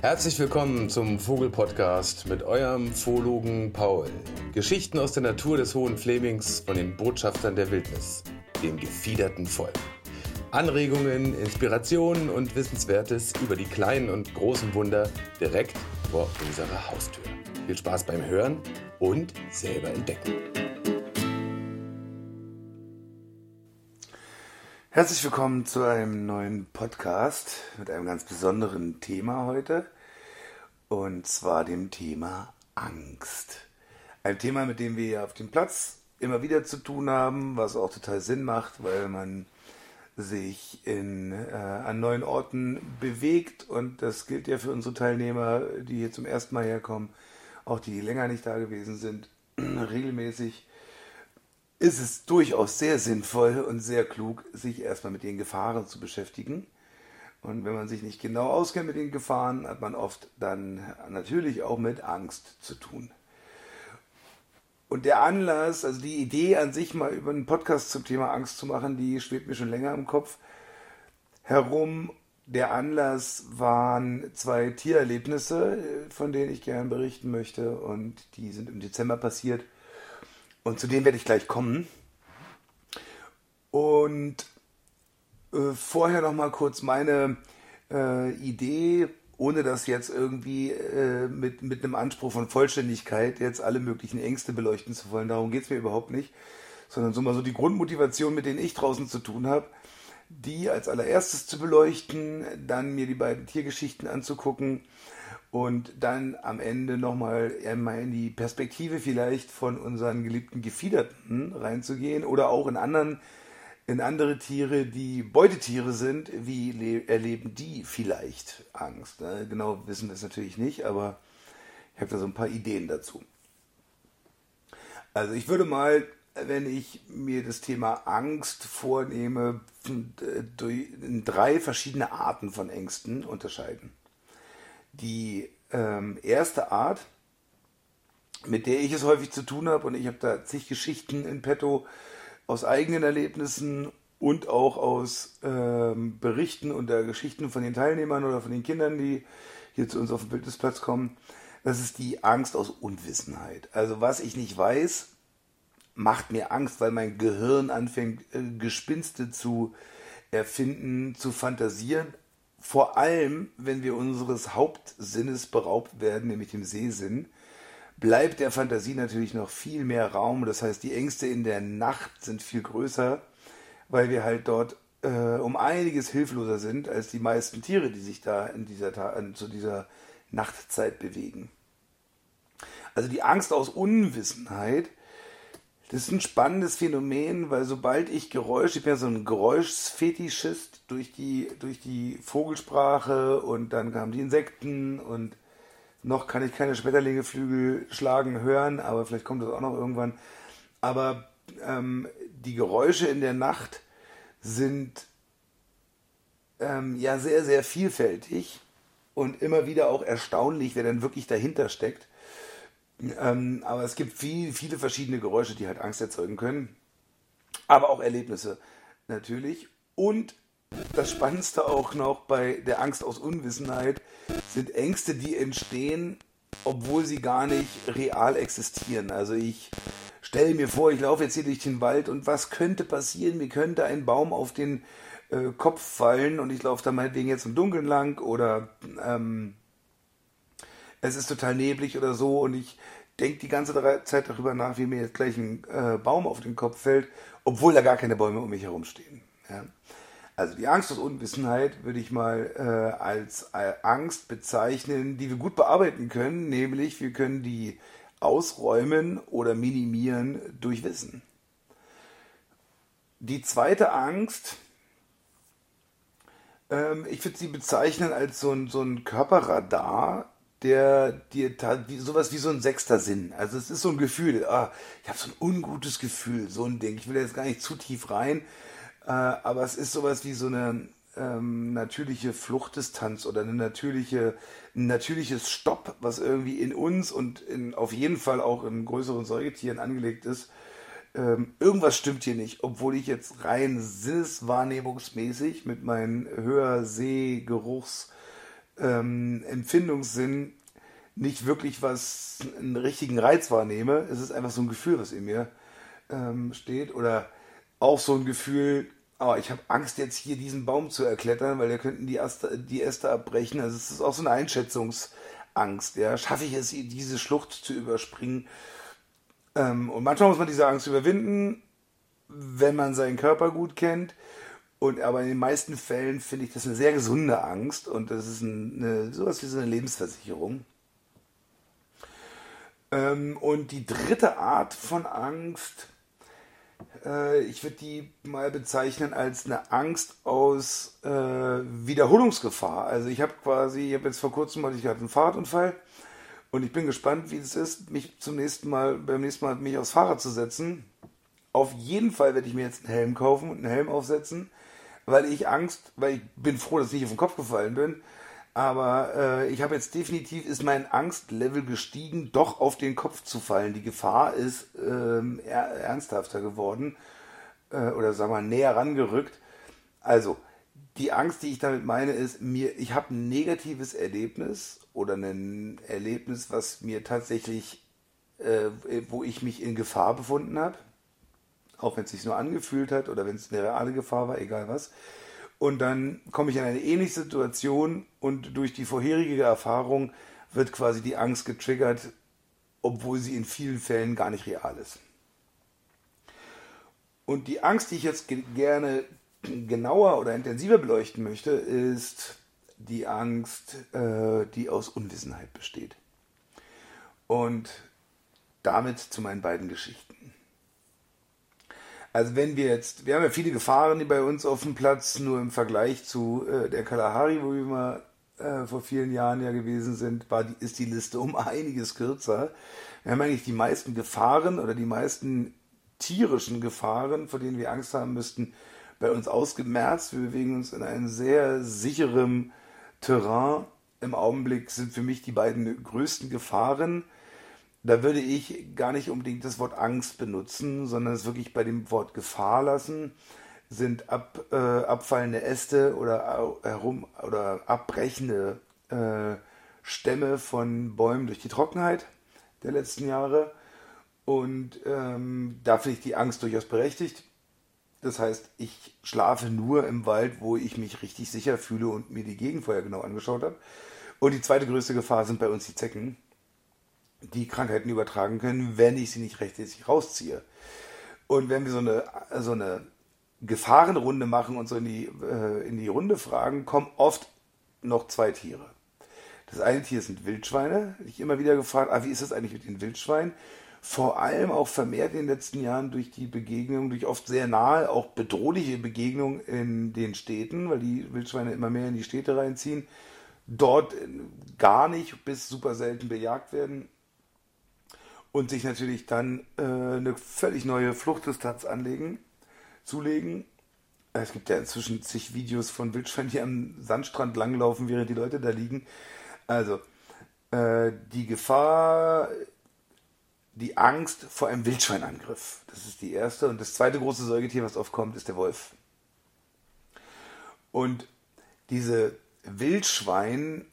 Herzlich willkommen zum Vogel-Podcast mit eurem Zoologen Paul. Geschichten aus der Natur des Hohen Flemings von den Botschaftern der Wildnis, dem gefiederten Volk. Anregungen, Inspirationen und Wissenswertes über die kleinen und großen Wunder direkt vor unserer Haustür. Viel Spaß beim Hören und selber entdecken. Herzlich willkommen zu einem neuen Podcast mit einem ganz besonderen Thema heute, und zwar dem Thema Angst. Ein Thema, mit dem wir auf dem Platz immer wieder zu tun haben, was auch total Sinn macht, weil man sich an neuen Orten bewegt, und das gilt ja für unsere Teilnehmer, die hier zum ersten Mal herkommen, auch die länger nicht da gewesen sind, regelmäßig. Ist es durchaus sehr sinnvoll und sehr klug, sich erstmal mit den Gefahren zu beschäftigen. Und wenn man sich nicht genau auskennt mit den Gefahren, hat man oft dann natürlich auch mit Angst zu tun. Und der Anlass, also die Idee an sich, mal über einen Podcast zum Thema Angst zu machen, die schwebt mir schon länger im Kopf herum. Der Anlass waren 2 Tiererlebnisse, von denen ich gerne berichten möchte, und die sind im Dezember passiert. Und zu denen werde ich gleich kommen. Und vorher noch mal kurz meine Idee, ohne das jetzt irgendwie mit einem Anspruch von Vollständigkeit jetzt alle möglichen Ängste beleuchten zu wollen. Darum geht es mir überhaupt nicht. Sondern so mal so die Grundmotivation, mit denen ich draußen zu tun habe, die als allererstes zu beleuchten, dann mir die beiden Tiergeschichten anzugucken und dann am Ende nochmal in die Perspektive vielleicht von unseren geliebten Gefiederten reinzugehen oder auch in andere Tiere, die Beutetiere sind. Wie erleben die vielleicht Angst? Genau wissen wir es natürlich nicht, aber ich habe da so ein paar Ideen dazu. Also ich würde mal, wenn ich mir das Thema Angst vornehme, in 3 verschiedene Arten von Ängsten unterscheiden. Die erste Art, mit der ich es häufig zu tun habe, und ich habe da zig Geschichten in petto aus eigenen Erlebnissen und auch aus Berichten und der Geschichten von den Teilnehmern oder von den Kindern, die hier zu uns auf den Bildnisplatz kommen, das ist die Angst aus Unwissenheit. Also was ich nicht weiß, macht mir Angst, weil mein Gehirn anfängt, Gespinste zu erfinden, zu fantasieren. Vor allem, wenn wir unseres Hauptsinnes beraubt werden, nämlich dem Sehsinn, bleibt der Fantasie natürlich noch viel mehr Raum. Das heißt, die Ängste in der Nacht sind viel größer, weil wir halt dort um einiges hilfloser sind als die meisten Tiere, die sich da zu dieser Nachtzeit bewegen. Also die Angst aus Unwissenheit, das ist ein spannendes Phänomen, weil sobald ich bin ja so ein Geräuschfetischist durch die Vogelsprache, und dann kamen die Insekten, und noch kann ich keine Schmetterlinge Flügel schlagen hören, aber vielleicht kommt das auch noch irgendwann. Aber die Geräusche in der Nacht sind ja sehr, sehr vielfältig und immer wieder auch erstaunlich, wer dann wirklich dahinter steckt. Aber es gibt viele verschiedene Geräusche, die halt Angst erzeugen können. Aber auch Erlebnisse natürlich. Und das Spannendste auch noch bei der Angst aus Unwissenheit sind Ängste, die entstehen, obwohl sie gar nicht real existieren. Also ich stelle mir vor, ich laufe jetzt hier durch den Wald, und was könnte passieren? Mir könnte ein Baum auf den Kopf fallen, und ich laufe da meinetwegen jetzt im Dunkeln lang, oder es ist total neblig oder so, und ich denke die ganze Zeit darüber nach, wie mir jetzt gleich ein Baum auf den Kopf fällt, obwohl da gar keine Bäume um mich herum stehen. Ja? Also die Angst aus Unwissenheit würde ich mal als Angst bezeichnen, die wir gut bearbeiten können, nämlich wir können die ausräumen oder minimieren durch Wissen. Die zweite Angst, ich würde sie bezeichnen als so ein Körperradar, der dir sowas wie so ein 6. Sinn. Also es ist so ein Gefühl, ich habe so ein ungutes Gefühl, so ein Ding. Ich will jetzt gar nicht zu tief rein, aber es ist sowas wie so eine natürliche Fluchtdistanz oder ein natürliches Stopp, was irgendwie in uns und auf jeden Fall auch in größeren Säugetieren angelegt ist. Irgendwas stimmt hier nicht, obwohl ich jetzt rein sinneswahrnehmungsmäßig mit meinen Hör-, Seh-, Geruchs- Empfindungssinn nicht wirklich einen richtigen Reiz wahrnehme. Es ist einfach so ein Gefühl, was in mir steht. Oder auch so ein Gefühl, ich habe Angst, jetzt hier diesen Baum zu erklettern, weil da könnten die Äste abbrechen. Also es ist auch so eine Einschätzungsangst. Ja? Schaffe ich es, diese Schlucht zu überspringen? Und manchmal muss man diese Angst überwinden, wenn man seinen Körper gut kennt. Aber in den meisten Fällen finde ich das eine sehr gesunde Angst und das ist sowas wie so eine Lebensversicherung. Und die dritte Art von Angst, ich würde die mal bezeichnen als eine Angst aus Wiederholungsgefahr. Also ich habe jetzt vor kurzem hatte ich gerade einen Fahrradunfall und ich bin gespannt, wie es ist, mich beim nächsten Mal mich aufs Fahrrad zu setzen. Auf jeden Fall werde ich mir jetzt einen Helm kaufen und einen Helm aufsetzen, weil ich bin froh, dass ich nicht auf den Kopf gefallen bin. Aber ich habe jetzt definitiv, ist mein Angstlevel gestiegen, doch auf den Kopf zu fallen. Die Gefahr ist ernsthafter geworden oder sagen wir näher rangerückt. Also die Angst, die ich damit meine, ist, ich habe ein negatives Erlebnis oder ein Erlebnis, was mir tatsächlich, wo ich mich in Gefahr befunden habe. Auch wenn es sich nur angefühlt hat oder wenn es eine reale Gefahr war, egal was. Und dann komme ich in eine ähnliche Situation und durch die vorherige Erfahrung wird quasi die Angst getriggert, obwohl sie in vielen Fällen gar nicht real ist. Und die Angst, die ich jetzt gerne genauer oder intensiver beleuchten möchte, ist die Angst, die aus Unwissenheit besteht. Und damit zu meinen beiden Geschichten. Also wir haben ja viele Gefahren, die bei uns auf dem Platz, nur im Vergleich zu der Kalahari, wo wir mal vor vielen Jahren ja gewesen sind, ist die Liste um einiges kürzer. Wir haben eigentlich die meisten Gefahren oder die meisten tierischen Gefahren, vor denen wir Angst haben müssten, bei uns ausgemerzt. Wir bewegen uns in einem sehr sicheren Terrain. Im Augenblick sind für mich die beiden größten Gefahren. Da würde ich gar nicht unbedingt das Wort Angst benutzen, sondern es wirklich bei dem Wort Gefahr lassen. Sind abfallende Äste oder abbrechende Stämme von Bäumen durch die Trockenheit der letzten Jahre. Und da finde ich die Angst durchaus berechtigt. Das heißt, ich schlafe nur im Wald, wo ich mich richtig sicher fühle und mir die Gegend vorher genau angeschaut habe. Und die zweite größte Gefahr sind bei uns die Zecken, die Krankheiten übertragen können, wenn ich sie nicht rechtzeitig rausziehe. Und wenn wir so eine Gefahrenrunde machen und so in die Runde fragen, kommen oft noch zwei Tiere. Das eine Tier sind Wildschweine. Ich immer wieder gefragt, wie ist das eigentlich mit den Wildschweinen? Vor allem auch vermehrt in den letzten Jahren durch die Begegnung, durch oft sehr nahe, auch bedrohliche Begegnungen in den Städten, weil die Wildschweine immer mehr in die Städte reinziehen, dort gar nicht bis super selten bejagt werden und sich natürlich dann eine völlig neue Fluchtdistanz zulegen. Es gibt ja inzwischen zig Videos von Wildschweinen, die am Sandstrand langlaufen, während die Leute da liegen. Also die Gefahr, die Angst vor einem Wildschweinangriff. Das ist die erste. Und das zweite große Säugetier, was oft kommt, ist der Wolf. Und diese Wildschweinangst,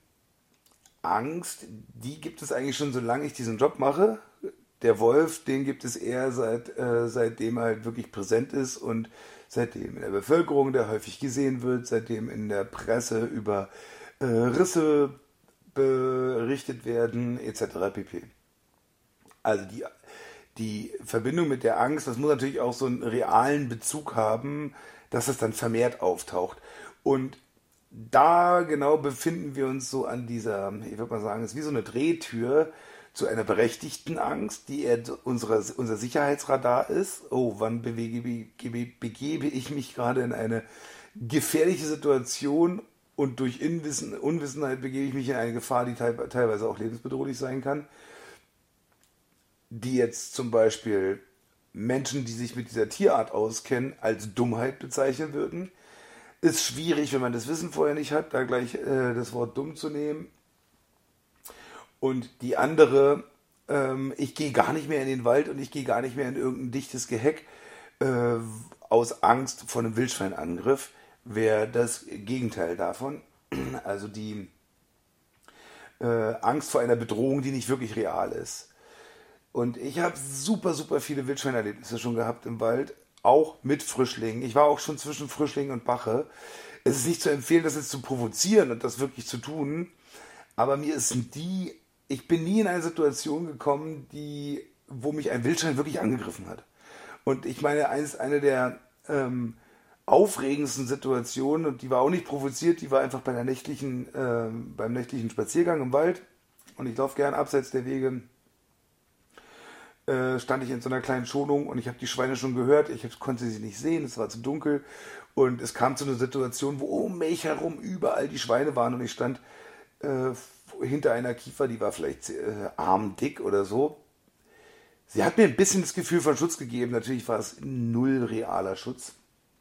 die gibt es eigentlich schon, solange ich diesen Job mache. Der Wolf, den gibt es eher seitdem er halt wirklich präsent ist und seitdem in der Bevölkerung der häufig gesehen wird, seitdem in der Presse über Risse berichtet werden, etc. pp. Also die Verbindung mit der Angst, das muss natürlich auch so einen realen Bezug haben, dass es dann vermehrt auftaucht. Und da genau befinden wir uns so an dieser, ich würde mal sagen, es ist wie so eine Drehtür zu einer berechtigten Angst, die unser Sicherheitsradar ist. Oh, wann begebe ich mich gerade in eine gefährliche Situation und durch Unwissenheit begebe ich mich in eine Gefahr, die teilweise auch lebensbedrohlich sein kann, die jetzt zum Beispiel Menschen, die sich mit dieser Tierart auskennen, als Dummheit bezeichnen würden. Ist schwierig, wenn man das Wissen vorher nicht hat, da gleich das Wort dumm zu nehmen. Und die andere, ich gehe gar nicht mehr in den Wald und ich gehe gar nicht mehr in irgendein dichtes Geheck aus Angst vor einem Wildschweinangriff, wäre das Gegenteil davon. Also die Angst vor einer Bedrohung, die nicht wirklich real ist. Und ich habe super, super viele Wildschweinerlebnisse schon gehabt im Wald, auch mit Frischlingen. Ich war auch schon zwischen Frischlingen und Bache. Es ist nicht zu empfehlen, das jetzt zu provozieren und das wirklich zu tun, aber ich bin nie in eine Situation gekommen, wo mich ein Wildschwein wirklich angegriffen hat. Und ich meine, eine der aufregendsten Situationen, und die war auch nicht provoziert, die war einfach beim nächtlichen Spaziergang im Wald. Und ich laufe gern abseits der Wege, stand ich in so einer kleinen Schonung und ich habe die Schweine schon gehört. Konnte sie nicht sehen, es war zu dunkel. Und es kam zu einer Situation, wo um mich herum überall die Schweine waren und ich stand hinter einer Kiefer, die war vielleicht armdick oder so. Sie hat mir ein bisschen das Gefühl von Schutz gegeben. Natürlich war es null realer Schutz.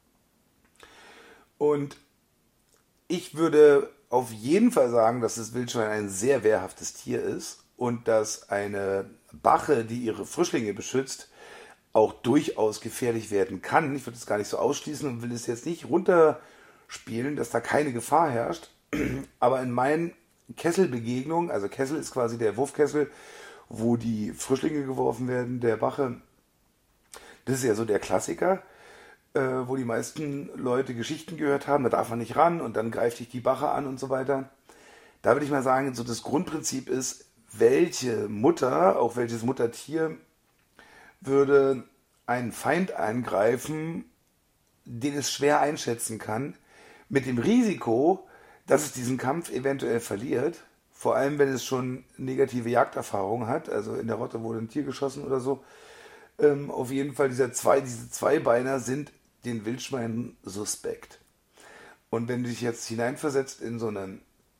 Und ich würde auf jeden Fall sagen, dass das Wildschwein ein sehr wehrhaftes Tier ist und dass eine Bache, die ihre Frischlinge beschützt, auch durchaus gefährlich werden kann. Ich würde es gar nicht so ausschließen und will es jetzt nicht runterspielen, dass da keine Gefahr herrscht. Aber in meinen Kesselbegegnungen, also Kessel ist quasi der Wurfkessel, wo die Frischlinge geworfen werden, der Bache, das ist ja so der Klassiker, wo die meisten Leute Geschichten gehört haben, da darf man nicht ran und dann greift dich die Bache an und so weiter. Da würde ich mal sagen, so das Grundprinzip ist, welche Mutter, auch welches Muttertier, würde einen Feind angreifen, den es schwer einschätzen kann, mit dem Risiko, dass es diesen Kampf eventuell verliert, vor allem wenn es schon negative Jagderfahrungen hat, also in der Rotte wurde ein Tier geschossen oder so. Auf jeden Fall, diese Zweibeiner sind den Wildschweinen suspekt. Und wenn du dich jetzt hineinversetzt in so eine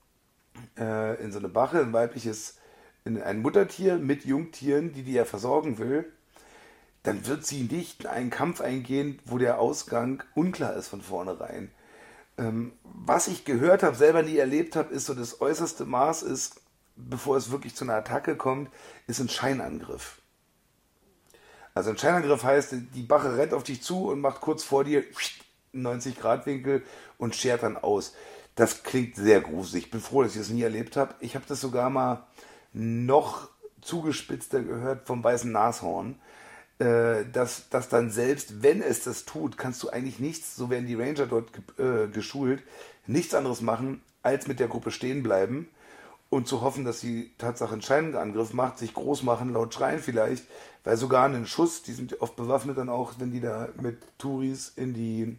Bache, in ein Muttertier mit Jungtieren, die ja versorgen will, dann wird sie nicht in einen Kampf eingehen, wo der Ausgang unklar ist von vornherein. Was ich gehört habe, selber nie erlebt habe, ist so das äußerste Maß ist, bevor es wirklich zu einer Attacke kommt, ist ein Scheinangriff. Also ein Scheinangriff heißt, die Bache rennt auf dich zu und macht kurz vor dir einen 90-Grad-Winkel und schert dann aus. Das klingt sehr gruselig. Ich bin froh, dass ich das nie erlebt habe. Ich habe das sogar mal noch zugespitzter gehört vom weißen Nashorn, dass dann selbst, wenn es das tut, kannst du eigentlich nichts, so werden die Ranger dort geschult, nichts anderes machen, als mit der Gruppe stehen bleiben und zu hoffen, dass die Tatsache einen Scheinangriff macht, sich groß machen, laut schreien vielleicht, weil sogar einen Schuss, die sind oft bewaffnet dann auch, wenn die da mit Touris in die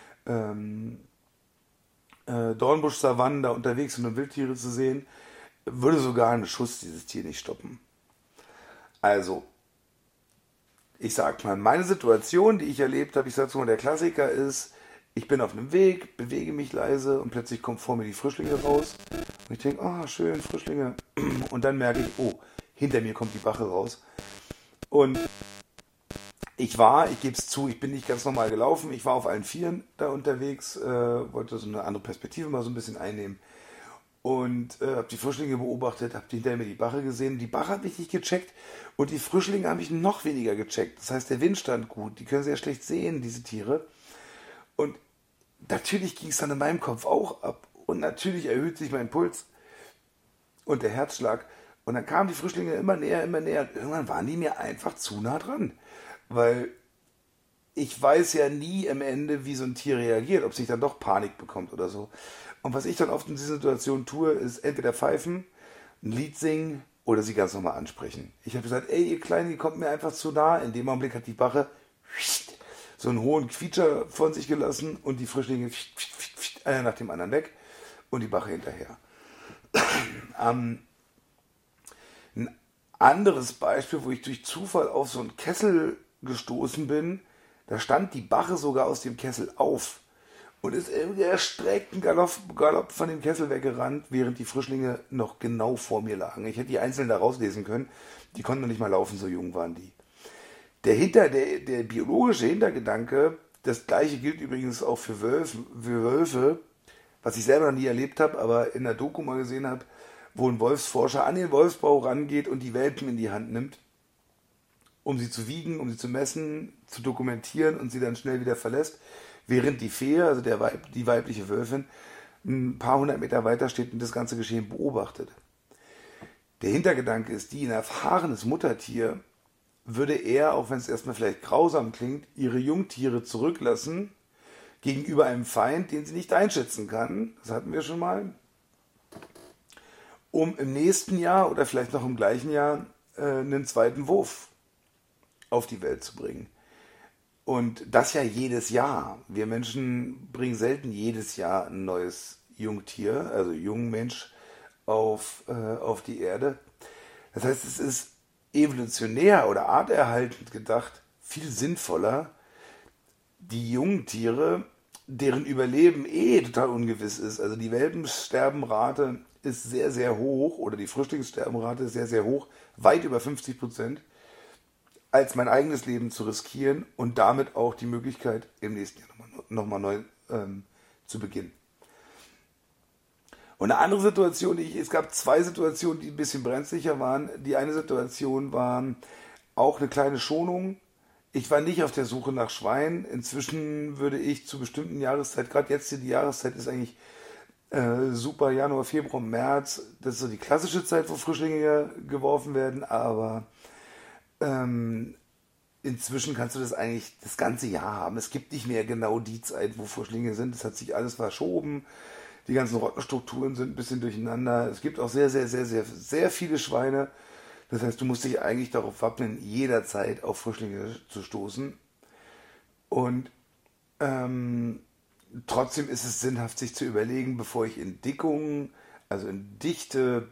Dornbusch-Savannen da unterwegs sind, um Wildtiere zu sehen, würde sogar ein Schuss dieses Tier nicht stoppen. Also, ich sag mal, meine Situation, die ich erlebt habe, ich sag's mal, der Klassiker ist, ich bin auf einem Weg, bewege mich leise und plötzlich kommt vor mir die Frischlinge raus. Und ich denke, oh, schön, Frischlinge. Und dann merke ich, oh, hinter mir kommt die Bache raus. Und ich gebe es zu, ich bin nicht ganz normal gelaufen. Ich war auf allen Vieren da unterwegs, wollte so eine andere Perspektive mal so ein bisschen einnehmen. Und habe die Frischlinge beobachtet, habe hinter mir die Bache gesehen. Die Bache hat mich nicht gecheckt und die Frischlinge habe ich noch weniger gecheckt. Das heißt, der Wind stand gut, die können sehr schlecht sehen, diese Tiere. Und natürlich ging es dann in meinem Kopf auch ab. Und natürlich erhöht sich mein Puls und der Herzschlag. Und dann kamen die Frischlinge immer näher, immer näher. Und irgendwann waren die mir einfach zu nah dran. Weil ich weiß ja nie am Ende, wie so ein Tier reagiert, ob es nicht dann doch Panik bekommt oder so. Und was ich dann oft in dieser Situation tue, ist entweder pfeifen, ein Lied singen oder sie ganz normal ansprechen. Ich habe gesagt, ey, ihr Kleinen, ihr kommt mir einfach zu nah. In dem Augenblick hat die Bache so einen hohen Quietscher von sich gelassen und die Frischlinge einer nach dem anderen weg und die Bache hinterher. Ein anderes Beispiel, wo ich durch Zufall auf so einen Kessel gestoßen bin, da stand die Bache sogar aus dem Kessel auf und ist im erstreckten Galopp von dem Kessel weggerannt, während die Frischlinge noch genau vor mir lagen. Ich hätte die einzeln da rauslesen können, die konnten noch nicht mal laufen, so jung waren die. Der biologische Hintergedanke, das gleiche gilt übrigens auch für Wölfe, was ich selber noch nie erlebt habe, aber in der Doku mal gesehen habe, wo ein Wolfsforscher an den Wolfsbau rangeht und die Welpen in die Hand nimmt, um sie zu wiegen, um sie zu messen, zu dokumentieren und sie dann schnell wieder verlässt, während die Fee, also die weibliche Wölfin, ein paar hundert Meter weiter steht und das ganze Geschehen beobachtet. Der Hintergedanke ist ein erfahrenes Muttertier würde eher, auch wenn es erstmal vielleicht grausam klingt, ihre Jungtiere zurücklassen gegenüber einem Feind, den sie nicht einschätzen kann, das hatten wir schon mal, um im nächsten Jahr oder vielleicht noch im gleichen Jahr einen zweiten Wurf auf die Welt zu bringen. Und das ja jedes Jahr. Wir Menschen bringen selten jedes Jahr ein neues Jungtier, also Jungmensch, auf die Erde. Das heißt, es ist evolutionär oder arterhaltend gedacht viel sinnvoller, die jungen Tiere, deren Überleben total ungewiss ist. Also die Welpensterbenrate ist sehr, sehr hoch oder die Frischlingssterbenrate ist sehr, sehr hoch, weit über 50%, als mein eigenes Leben zu riskieren und damit auch die Möglichkeit, im nächsten Jahr nochmal neu zu beginnen. Und eine andere Situation, es gab zwei Situationen, die ein bisschen brenzlicher waren. Die eine Situation war auch eine kleine Schonung. Ich war nicht auf der Suche nach Schweinen. Inzwischen würde ich zu bestimmten Jahreszeit, gerade jetzt die Jahreszeit ist eigentlich super, Januar, Februar, März, das ist so die klassische Zeit, wo Frischlinge geworfen werden, aber inzwischen kannst du das eigentlich das ganze Jahr haben. Es gibt nicht mehr genau die Zeit, wo Frischlinge sind. Es hat sich alles verschoben. Die ganzen Rottenstrukturen sind ein bisschen durcheinander. Es gibt auch sehr, sehr, sehr, sehr, sehr viele Schweine. Das heißt, du musst dich eigentlich darauf wappnen, jederzeit auf Frischlinge zu stoßen. Und trotzdem ist es sinnhaft, sich zu überlegen, bevor ich in Dickungen, also in dichten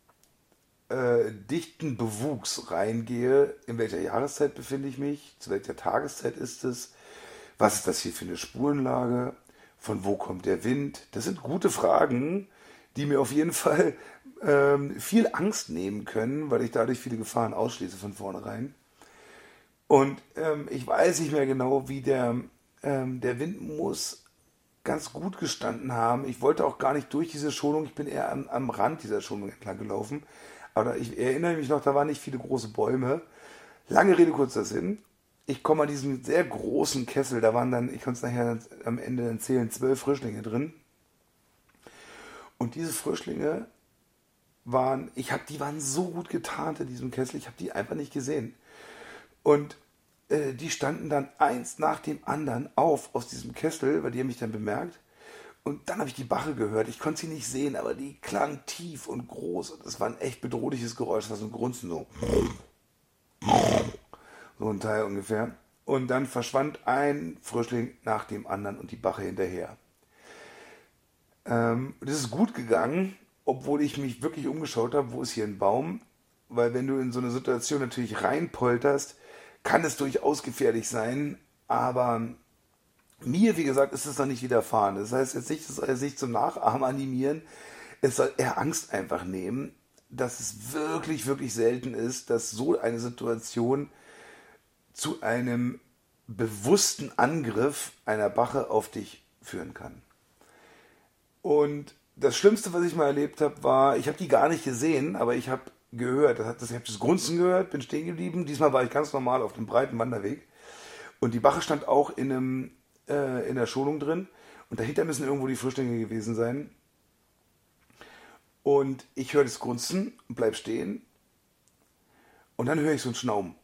Bewuchs reingehe, in welcher Jahreszeit befinde ich mich, zu welcher Tageszeit ist es, was ist das hier für eine Spurenlage, von wo kommt der Wind. Das sind gute Fragen, die mir auf jeden Fall viel Angst nehmen können, weil ich dadurch viele Gefahren ausschließe von vornherein. Und ich weiß nicht mehr genau, wie der Wind muss ganz gut gestanden haben. Ich wollte auch gar nicht durch diese Schonung, ich bin eher am Rand dieser Schonung entlang gelaufen. Aber ich erinnere mich noch, da waren nicht viele große Bäume. Lange Rede, kurzer Sinn. Ich komme an diesem sehr großen Kessel, da waren dann, ich konnte es nachher am Ende erzählen, 12 Frischlinge drin. Und diese Frischlinge die waren so gut getarnt in diesem Kessel, ich habe die einfach nicht gesehen. Und die standen dann eins nach dem anderen aus diesem Kessel, weil die haben mich dann bemerkt. Und dann habe ich die Bache gehört. Ich konnte sie nicht sehen, aber die klang tief und groß. Und das war ein echt bedrohliches Geräusch. Das war so ein Grunzen, so ein Teil ungefähr. Und dann verschwand ein Frischling nach dem anderen und die Bache hinterher. Das ist gut gegangen, obwohl ich mich wirklich umgeschaut habe, wo ist hier ein Baum? Weil wenn du in so eine Situation natürlich reinpolterst, kann es durchaus gefährlich sein, aber mir, wie gesagt, ist es noch nicht widerfahren. Das heißt jetzt nicht, es soll sich zum Nachahmen animieren, es soll eher Angst einfach nehmen, dass es wirklich, wirklich selten ist, dass so eine Situation zu einem bewussten Angriff einer Bache auf dich führen kann. Und das Schlimmste, was ich mal erlebt habe, war, ich habe die gar nicht gesehen, aber ich habe gehört, ich habe das Grunzen gehört, bin stehen geblieben. Diesmal war ich ganz normal auf dem breiten Wanderweg. Und die Bache stand auch in der Schonung drin. Und dahinter müssen irgendwo die Frischlinge gewesen sein. Und ich höre das Grunzen und bleib stehen. Und dann höre ich so ein Schnauben.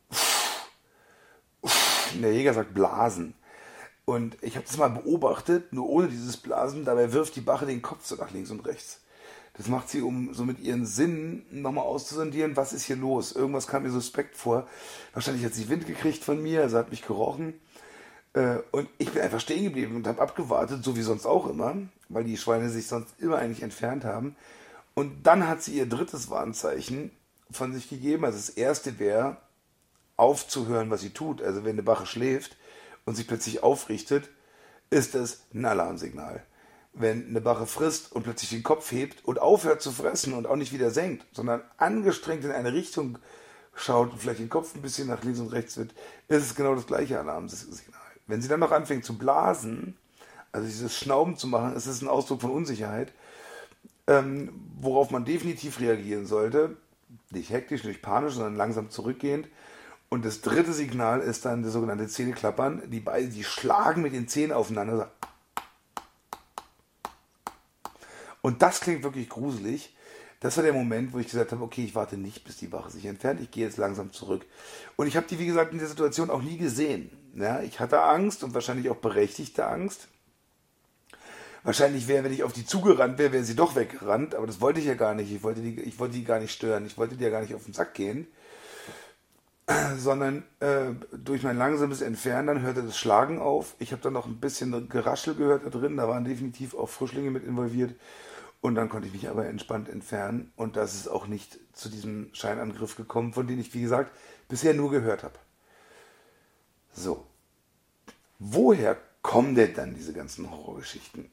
Der Jäger sagt Blasen. Und ich habe das mal beobachtet, nur ohne dieses Blasen. Dabei wirft die Bache den Kopf so nach links und rechts. Das macht sie, um so mit ihren Sinnen nochmal auszusondieren, was ist hier los. Irgendwas kam mir suspekt vor. Wahrscheinlich hat sie Wind gekriegt von mir, also hat mich gerochen. Und ich bin einfach stehen geblieben und habe abgewartet, so wie sonst auch immer, weil die Schweine sich sonst immer eigentlich entfernt haben. Und dann hat sie ihr drittes Warnzeichen von sich gegeben. Also das erste wäre, aufzuhören, was sie tut. Also wenn eine Bache schläft und sich plötzlich aufrichtet, ist das ein Alarmsignal. Wenn eine Bache frisst und plötzlich den Kopf hebt und aufhört zu fressen und auch nicht wieder senkt, sondern angestrengt in eine Richtung schaut und vielleicht den Kopf ein bisschen nach links und rechts wird, ist es genau das gleiche Alarmsignal. Wenn sie dann noch anfängt zu blasen, also dieses Schnauben zu machen, ist es ein Ausdruck von Unsicherheit, worauf man definitiv reagieren sollte. Nicht hektisch, nicht panisch, sondern langsam zurückgehend. Und das dritte Signal ist dann das sogenannte Zähneklappern. Die schlagen mit den Zähnen aufeinander. Und das klingt wirklich gruselig, Das war der Moment, wo ich gesagt habe, okay, ich warte nicht, bis die Wache sich entfernt, ich gehe jetzt langsam zurück. Und ich habe die, wie gesagt, in der Situation auch nie gesehen. Ja, ich hatte Angst und wahrscheinlich auch berechtigte Angst. Wahrscheinlich wäre, wenn ich auf die zugerannt wäre, wäre sie doch weggerannt, aber das wollte ich ja gar nicht. Ich wollte die gar nicht stören, ich wollte die ja gar nicht auf den Sack gehen, sondern durch mein langsames Entfernen dann hörte das Schlagen auf. Ich habe dann noch ein bisschen Geraschel gehört da drin, da waren definitiv auch Frischlinge mit involviert. Und dann konnte ich mich aber entspannt entfernen und das ist auch nicht zu diesem Scheinangriff gekommen, von dem ich, wie gesagt, bisher nur gehört habe. So, woher kommen denn dann diese ganzen Horrorgeschichten?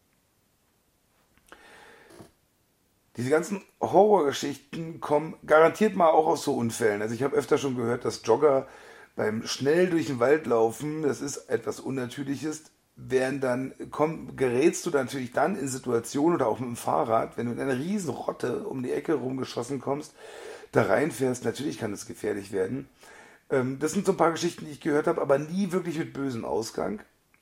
Diese ganzen Horrorgeschichten kommen garantiert mal auch aus so Unfällen. Also ich habe öfter schon gehört, dass Jogger beim schnell durch den Wald laufen, das ist etwas Unnatürliches, gerätst du natürlich dann in Situationen oder auch mit dem Fahrrad, wenn du in eine riesen Rotte um die Ecke rumgeschossen kommst, da reinfährst, natürlich kann es gefährlich werden. Das sind so ein paar Geschichten, die ich gehört habe, aber nie wirklich mit bösem Ausgang.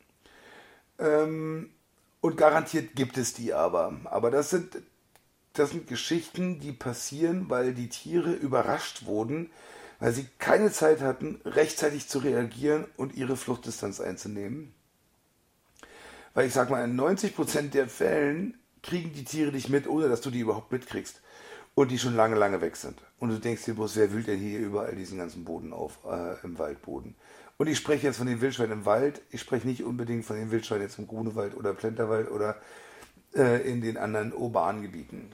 Und garantiert gibt es die aber. Aber das sind Geschichten, die passieren, weil die Tiere überrascht wurden, weil sie keine Zeit hatten, rechtzeitig zu reagieren und ihre Fluchtdistanz einzunehmen. Weil ich sag mal, in 90% der Fällen kriegen die Tiere dich mit, ohne dass du die überhaupt mitkriegst. Und die schon lange, lange weg sind. Und du denkst dir bloß, wer wühlt denn hier überall diesen ganzen Boden auf, im Waldboden? Und ich spreche jetzt von den Wildschweinen im Wald. Ich spreche nicht unbedingt von den Wildschweinen jetzt im Grunewald oder Plenterwald oder in den anderen urbanen Gebieten.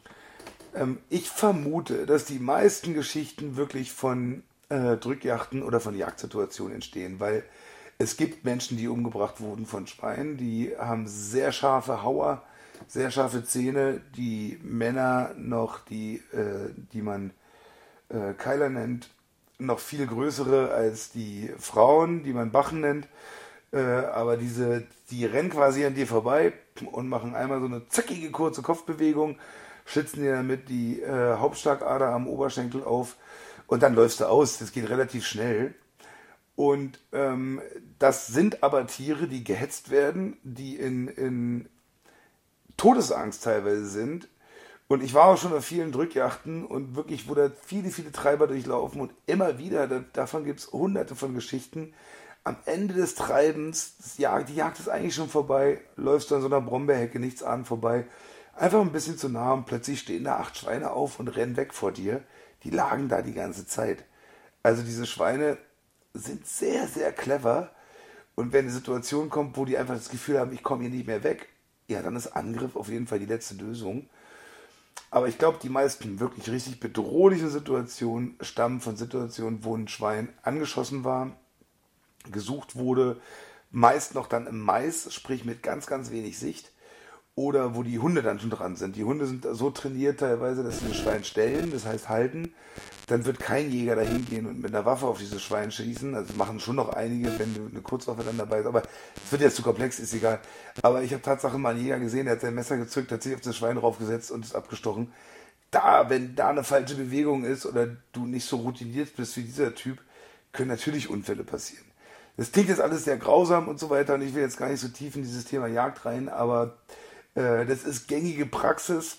Ich vermute, dass die meisten Geschichten wirklich von Drückjachten oder von Jagdsituationen entstehen, weil es gibt Menschen, die umgebracht wurden von Schweinen, die haben sehr scharfe Hauer, sehr scharfe Zähne, die Männer noch, die man Keiler nennt, noch viel größere als die Frauen, die man Bachen nennt, aber die rennen quasi an dir vorbei und machen einmal so eine zackige kurze Kopfbewegung, schlitzen dir damit die Hauptschlagader am Oberschenkel auf und dann läufst du aus. Das geht relativ schnell. Und das sind aber Tiere, die gehetzt werden, die in Todesangst teilweise sind. Und ich war auch schon auf vielen Drückjachten und wirklich, wo da viele, viele Treiber durchlaufen und immer wieder, davon gibt es hunderte von Geschichten. Am Ende des Treibens, die Jagd ist eigentlich schon vorbei, läufst du an so einer Brombeerhecke nichts an vorbei, einfach ein bisschen zu nah und plötzlich stehen da 8 Schweine auf und rennen weg vor dir. Die lagen da die ganze Zeit. Also diese Schweine sind sehr, sehr clever. Und wenn eine Situation kommt, wo die einfach das Gefühl haben, ich komme hier nicht mehr weg, ja, dann ist Angriff auf jeden Fall die letzte Lösung. Aber ich glaube, die meisten wirklich richtig bedrohlichen Situationen stammen von Situationen, wo ein Schwein angeschossen war, gesucht wurde, meist noch dann im Mais, sprich mit ganz, ganz wenig Sicht. Oder wo die Hunde dann schon dran sind. Die Hunde sind so trainiert teilweise, dass sie das Schwein stellen, das heißt halten. Dann wird kein Jäger dahin gehen und mit einer Waffe auf dieses Schwein schießen. Also machen schon noch einige, wenn du eine Kurzwaffe dann dabei ist. Aber es wird jetzt zu komplex, ist egal. Aber ich habe tatsächlich mal einen Jäger gesehen, der hat sein Messer gezückt, hat sich auf das Schwein draufgesetzt und ist abgestochen. Wenn da eine falsche Bewegung ist oder du nicht so routiniert bist wie dieser Typ, können natürlich Unfälle passieren. Das klingt jetzt alles sehr grausam und so weiter und ich will jetzt gar nicht so tief in dieses Thema Jagd rein, aber das ist gängige Praxis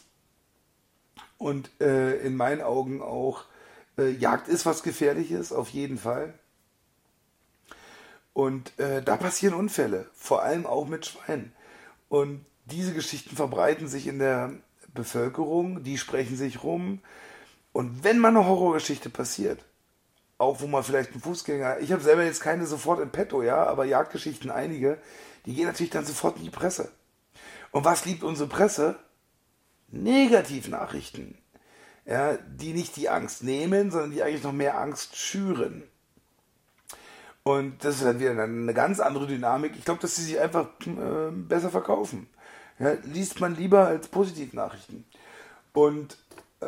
und in meinen Augen auch, Jagd ist was Gefährliches, auf jeden Fall. Und da passieren Unfälle, vor allem auch mit Schweinen. Und diese Geschichten verbreiten sich in der Bevölkerung, die sprechen sich rum. Und wenn mal eine Horrorgeschichte passiert, auch wo man vielleicht einen Fußgänger, ich habe selber jetzt keine sofort im Petto, ja, aber Jagdgeschichten einige, die gehen natürlich dann sofort in die Presse. Und was liebt unsere Presse? Negativnachrichten. Ja, die nicht die Angst nehmen, sondern die eigentlich noch mehr Angst schüren. Und das ist dann wieder eine ganz andere Dynamik. Ich glaube, dass sie sich einfach besser verkaufen. Ja, liest man lieber als Positivnachrichten. Und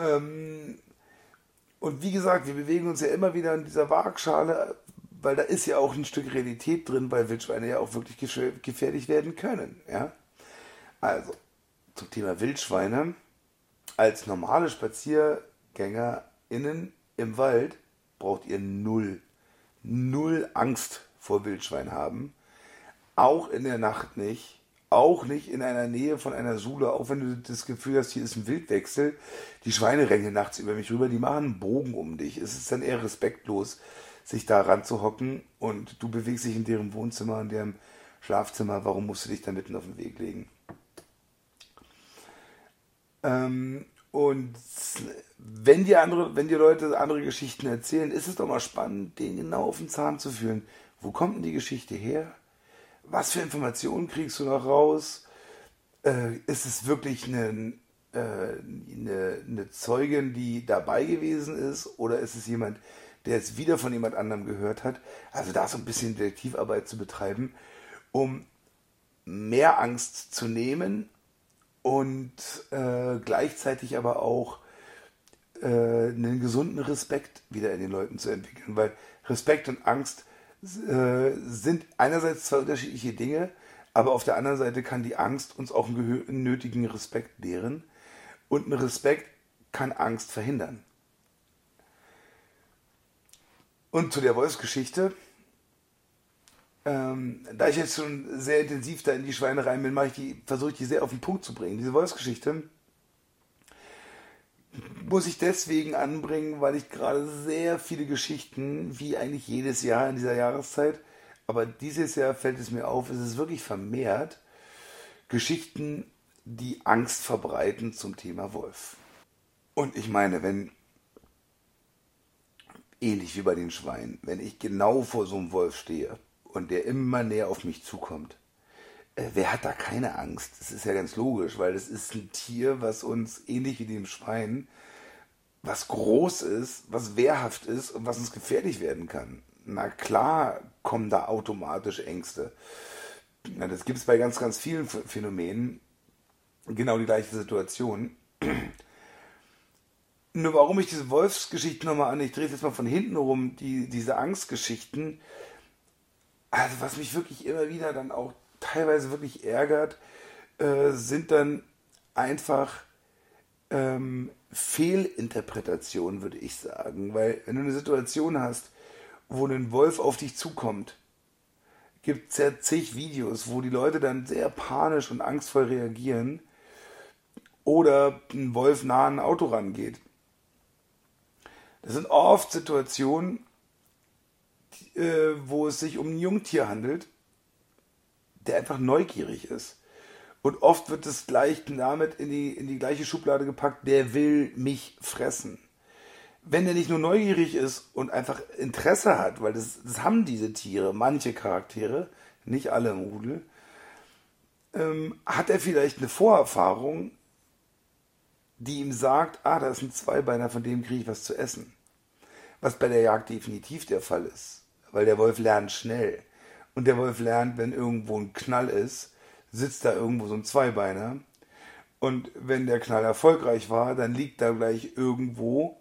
wie gesagt, wir bewegen uns ja immer wieder in dieser Waagschale, weil da ist ja auch ein Stück Realität drin, weil Wildschweine ja auch wirklich gefährlich werden können. Ja? Also, zum Thema Wildschweine. Als normale SpaziergängerInnen im Wald braucht ihr null Angst vor Wildschwein haben. Auch in der Nacht nicht, auch nicht in einer Nähe von einer Sule, auch wenn du das Gefühl hast, hier ist ein Wildwechsel. Die Schweine rennen hier nachts über mich rüber, die machen einen Bogen um dich. Es ist dann eher respektlos, sich da ranzuhocken und du bewegst dich in deren Wohnzimmer, in deren Schlafzimmer. Warum musst du dich da mitten auf den Weg legen? Und wenn dir Leute andere Geschichten erzählen, ist es doch mal spannend, denen genau auf den Zahn zu fühlen. Wo kommt denn die Geschichte her? Was für Informationen kriegst du noch raus? Ist es wirklich eine Zeugin, die dabei gewesen ist? Oder ist es jemand, der es wieder von jemand anderem gehört hat? Also da so ein bisschen Detektivarbeit zu betreiben, um mehr Angst zu nehmen und gleichzeitig aber auch einen gesunden Respekt wieder in den Leuten zu entwickeln. Weil Respekt und Angst sind einerseits zwei unterschiedliche Dinge, aber auf der anderen Seite kann die Angst uns auch einen nötigen Respekt lehren und ein Respekt kann Angst verhindern. Und zu der Wolfsgeschichte, da ich jetzt schon sehr intensiv da in die Schweinerei bin, versuche ich die sehr auf den Punkt zu bringen. Diese Wolfsgeschichte muss ich deswegen anbringen, weil ich gerade sehr viele Geschichten, wie eigentlich jedes Jahr in dieser Jahreszeit, aber dieses Jahr fällt es mir auf, es ist wirklich vermehrt, Geschichten, die Angst verbreiten zum Thema Wolf. Und ich meine, ähnlich wie bei den Schweinen, wenn ich genau vor so einem Wolf stehe und der immer näher auf mich zukommt, wer hat da keine Angst? Das ist ja ganz logisch, weil das ist ein Tier, was uns, ähnlich wie dem Schwein, was groß ist, was wehrhaft ist und was uns gefährlich werden kann. Na klar kommen da automatisch Ängste. Na, das gibt es bei ganz, ganz vielen Phänomenen. Genau die gleiche Situation. Nur warum ich diese Wolfsgeschichten nochmal an, ich drehe es jetzt mal von hinten rum, diese Angstgeschichten, also was mich wirklich immer wieder dann auch teilweise wirklich ärgert, sind dann einfach Fehlinterpretationen, würde ich sagen. Weil wenn du eine Situation hast, wo ein Wolf auf dich zukommt, gibt es ja zig Videos, wo die Leute dann sehr panisch und angstvoll reagieren oder ein Wolf nah an ein Auto rangeht. Das sind oft Situationen, wo es sich um ein Jungtier handelt, der einfach neugierig ist. Und oft wird es gleich damit in die gleiche Schublade gepackt, der will mich fressen. Wenn er nicht nur neugierig ist und einfach Interesse hat, weil das haben diese Tiere, manche Charaktere, nicht alle im Rudel, hat er vielleicht eine Vorerfahrung, die ihm sagt, da ist ein Zweibeiner, von dem kriege ich was zu essen. Was bei der Jagd definitiv der Fall ist, weil der Wolf lernt schnell. Und der Wolf lernt, wenn irgendwo ein Knall ist, sitzt da irgendwo so ein Zweibeiner. Und wenn der Knall erfolgreich war, dann liegt da gleich irgendwo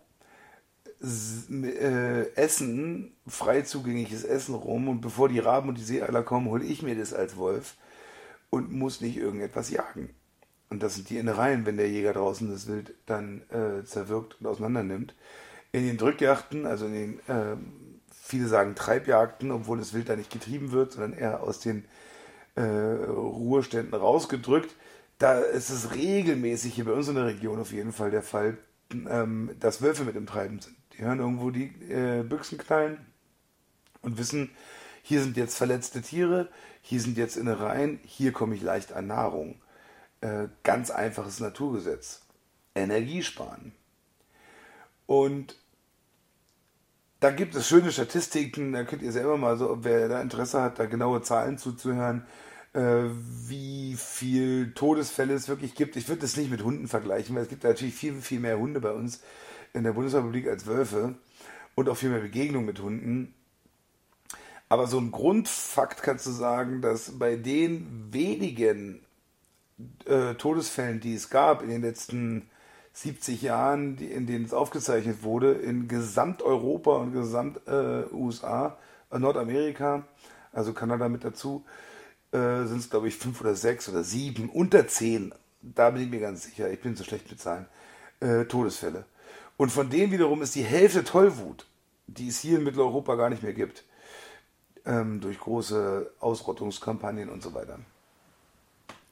Essen, frei zugängliches Essen rum. Und bevor die Raben und die Seeadler kommen, hole ich mir das als Wolf und muss nicht irgendetwas jagen. Und das sind die Innereien, wenn der Jäger draußen das Wild dann zerwirkt und auseinander nimmt. In den Drückjagden, also in den, viele sagen Treibjagden, obwohl das Wild da nicht getrieben wird, sondern eher aus den Ruheständen rausgedrückt, da ist es regelmäßig hier bei uns in der Region auf jeden Fall der Fall, dass Wölfe mit im Treiben sind. Die hören irgendwo die Büchsen knallen und wissen, hier sind jetzt verletzte Tiere, hier sind jetzt Innereien, hier komme ich leicht an Nahrung. Ganz einfaches Naturgesetz. Energie sparen. Und da gibt es schöne Statistiken, da könnt ihr selber mal so, wer da Interesse hat, da genaue Zahlen zuzuhören, wie viel Todesfälle es wirklich gibt. Ich würde das nicht mit Hunden vergleichen, weil es gibt natürlich viel, viel mehr Hunde bei uns in der Bundesrepublik als Wölfe und auch viel mehr Begegnungen mit Hunden. Aber so ein Grundfakt kannst du sagen, dass bei den wenigen Todesfällen, die es gab in den letzten 70 Jahren, in denen es aufgezeichnet wurde, in Gesamteuropa und USA, Nordamerika, also Kanada mit dazu, sind es, glaube ich, 5 oder 6 oder 7, unter 10, da bin ich mir ganz sicher, ich bin so schlecht mit Zahlen, Todesfälle. Und von denen wiederum ist die Hälfte Tollwut, die es hier in Mitteleuropa gar nicht mehr gibt, durch große Ausrottungskampagnen und so weiter.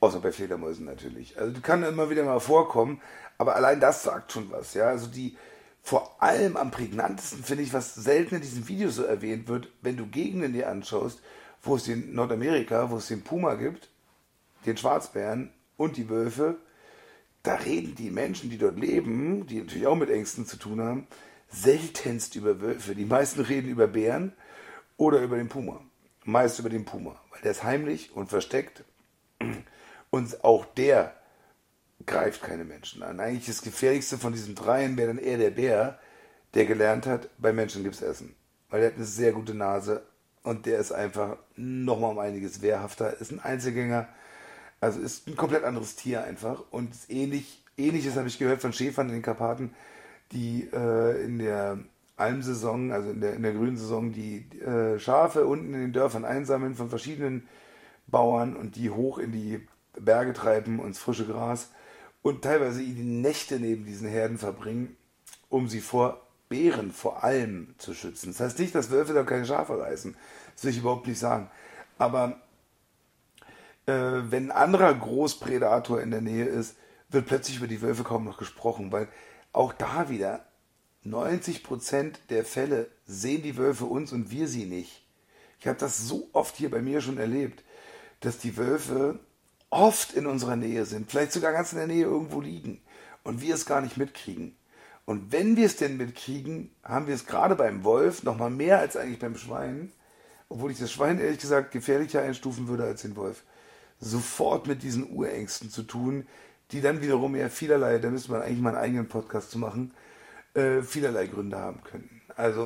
Außer bei Fledermäusen natürlich. Also die kann immer wieder mal vorkommen, aber allein das sagt schon was. Ja? Also die vor allem am prägnantesten finde ich, was selten in diesem Video so erwähnt wird, wenn du Gegenden dir anschaust, wo es in Nordamerika, wo es den Puma gibt, den Schwarzbären und die Wölfe, da reden die Menschen, die dort leben, die natürlich auch mit Ängsten zu tun haben, seltenst über Wölfe. Die meisten reden über Bären oder über den Puma. Meist über den Puma, weil der ist heimlich und versteckt und auch der greift keine Menschen an. Eigentlich das Gefährlichste von diesen dreien wäre dann eher der Bär, der gelernt hat, bei Menschen gibt's Essen. Weil der hat eine sehr gute Nase und der ist einfach nochmal um einiges wehrhafter, ist ein Einzelgänger, also ist ein komplett anderes Tier einfach und ähnliches habe ich gehört von Schäfern in den Karpaten, die in der Almsaison, also in der grünen Saison, die Schafe unten in den Dörfern einsammeln von verschiedenen Bauern und die hoch in die Berge treiben und ins frische Gras und teilweise die Nächte neben diesen Herden verbringen, um sie vor Bären vor allem zu schützen. Das heißt nicht, dass Wölfe da keine Schafe reißen. Das will ich überhaupt nicht sagen. Aber wenn ein anderer Großprädator in der Nähe ist, wird plötzlich über die Wölfe kaum noch gesprochen, weil auch da wieder 90% der Fälle sehen die Wölfe uns und wir sie nicht. Ich habe das so oft hier bei mir schon erlebt, dass die Wölfe oft in unserer Nähe sind, vielleicht sogar ganz in der Nähe irgendwo liegen und wir es gar nicht mitkriegen. Und wenn wir es denn mitkriegen, haben wir es gerade beim Wolf noch mal mehr als eigentlich beim Schwein, obwohl ich das Schwein ehrlich gesagt gefährlicher einstufen würde als den Wolf. Sofort mit diesen Urängsten zu tun, die dann wiederum ja vielerlei, da müsste man eigentlich mal einen eigenen Podcast zu machen, vielerlei Gründe haben könnten. Also,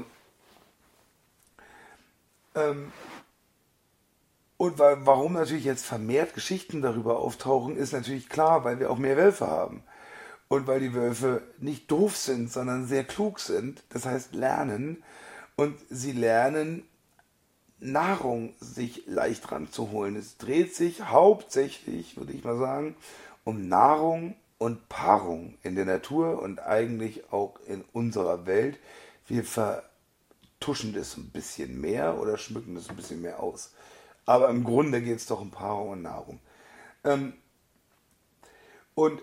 und warum natürlich jetzt vermehrt Geschichten darüber auftauchen, ist natürlich klar, weil wir auch mehr Wölfe haben. Und weil die Wölfe nicht doof sind, sondern sehr klug sind, das heißt lernen. Und sie lernen, Nahrung sich leicht ranzuholen. Es dreht sich hauptsächlich, würde ich mal sagen, um Nahrung und Paarung in der Natur und eigentlich auch in unserer Welt. Wir vertuschen das ein bisschen mehr oder schmücken das ein bisschen mehr aus. Aber im Grunde geht es doch um Paarung und Nahrung. Und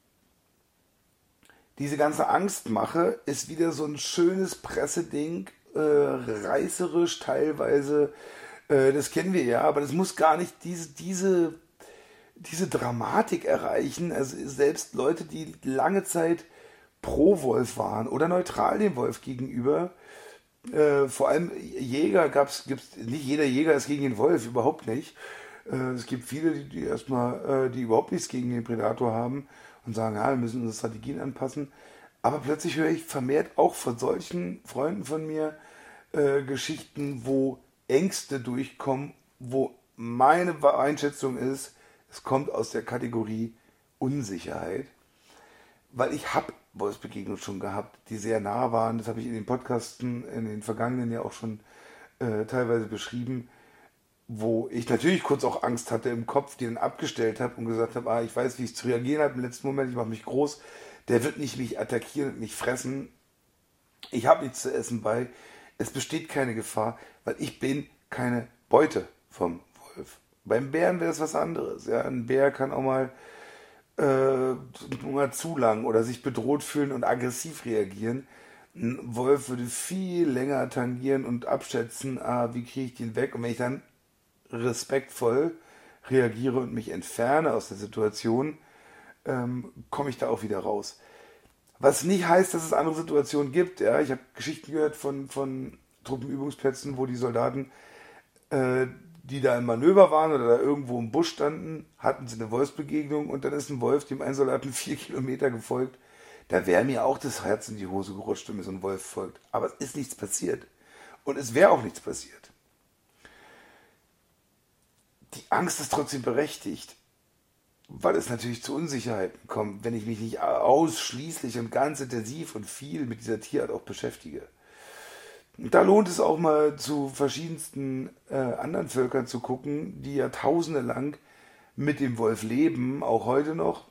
diese ganze Angstmache ist wieder so ein schönes Presseding, reißerisch teilweise, das kennen wir ja, aber das muss gar nicht diese Dramatik erreichen. Also selbst Leute, die lange Zeit pro Wolf waren oder neutral dem Wolf gegenüber, vor allem Jäger gibt's nicht jeder Jäger ist gegen den Wolf, überhaupt nicht. Es gibt viele, die erstmal, die überhaupt nichts gegen den Predator haben und sagen, ja, wir müssen unsere Strategien anpassen. Aber plötzlich höre ich vermehrt auch von solchen Freunden von mir Geschichten, wo Ängste durchkommen, wo meine Einschätzung ist, es kommt aus der Kategorie Unsicherheit. Weil ich habe Wolfsbegegnungen schon gehabt, die sehr nah waren. Das habe ich in den Podcasten in den vergangenen ja auch schon teilweise beschrieben, wo ich natürlich kurz auch Angst hatte im Kopf, die dann abgestellt habe und gesagt habe, ich weiß, wie ich zu reagieren habe im letzten Moment, ich mache mich groß, der wird nicht mich attackieren und mich fressen. Ich habe nichts zu essen bei. Es besteht keine Gefahr, weil ich bin keine Beute vom Wolf. Beim Bären wäre es was anderes. Ja? Ein Bär kann auch mal zu lang oder sich bedroht fühlen und aggressiv reagieren. Ein Wolf würde viel länger tangieren und abschätzen, wie kriege ich den weg. Und wenn ich dann respektvoll reagiere und mich entferne aus der Situation, komme ich da auch wieder raus. Was nicht heißt, dass es andere Situationen gibt. Ja? Ich habe Geschichten gehört von Truppenübungsplätzen, wo die Soldaten, die da im Manöver waren oder da irgendwo im Busch standen, hatten sie eine Wolfsbegegnung und dann ist ein Wolf dem einen Soldaten 4 Kilometer gefolgt. Da wäre mir auch das Herz in die Hose gerutscht, wenn mir so ein Wolf folgt. Aber es ist nichts passiert. Und es wäre auch nichts passiert. Die Angst ist trotzdem berechtigt, weil es natürlich zu Unsicherheiten kommt, wenn ich mich nicht ausschließlich und ganz intensiv und viel mit dieser Tierart auch beschäftige. Da lohnt es auch mal zu verschiedensten anderen Völkern zu gucken, die Jahrtausende lang mit dem Wolf leben, auch heute noch.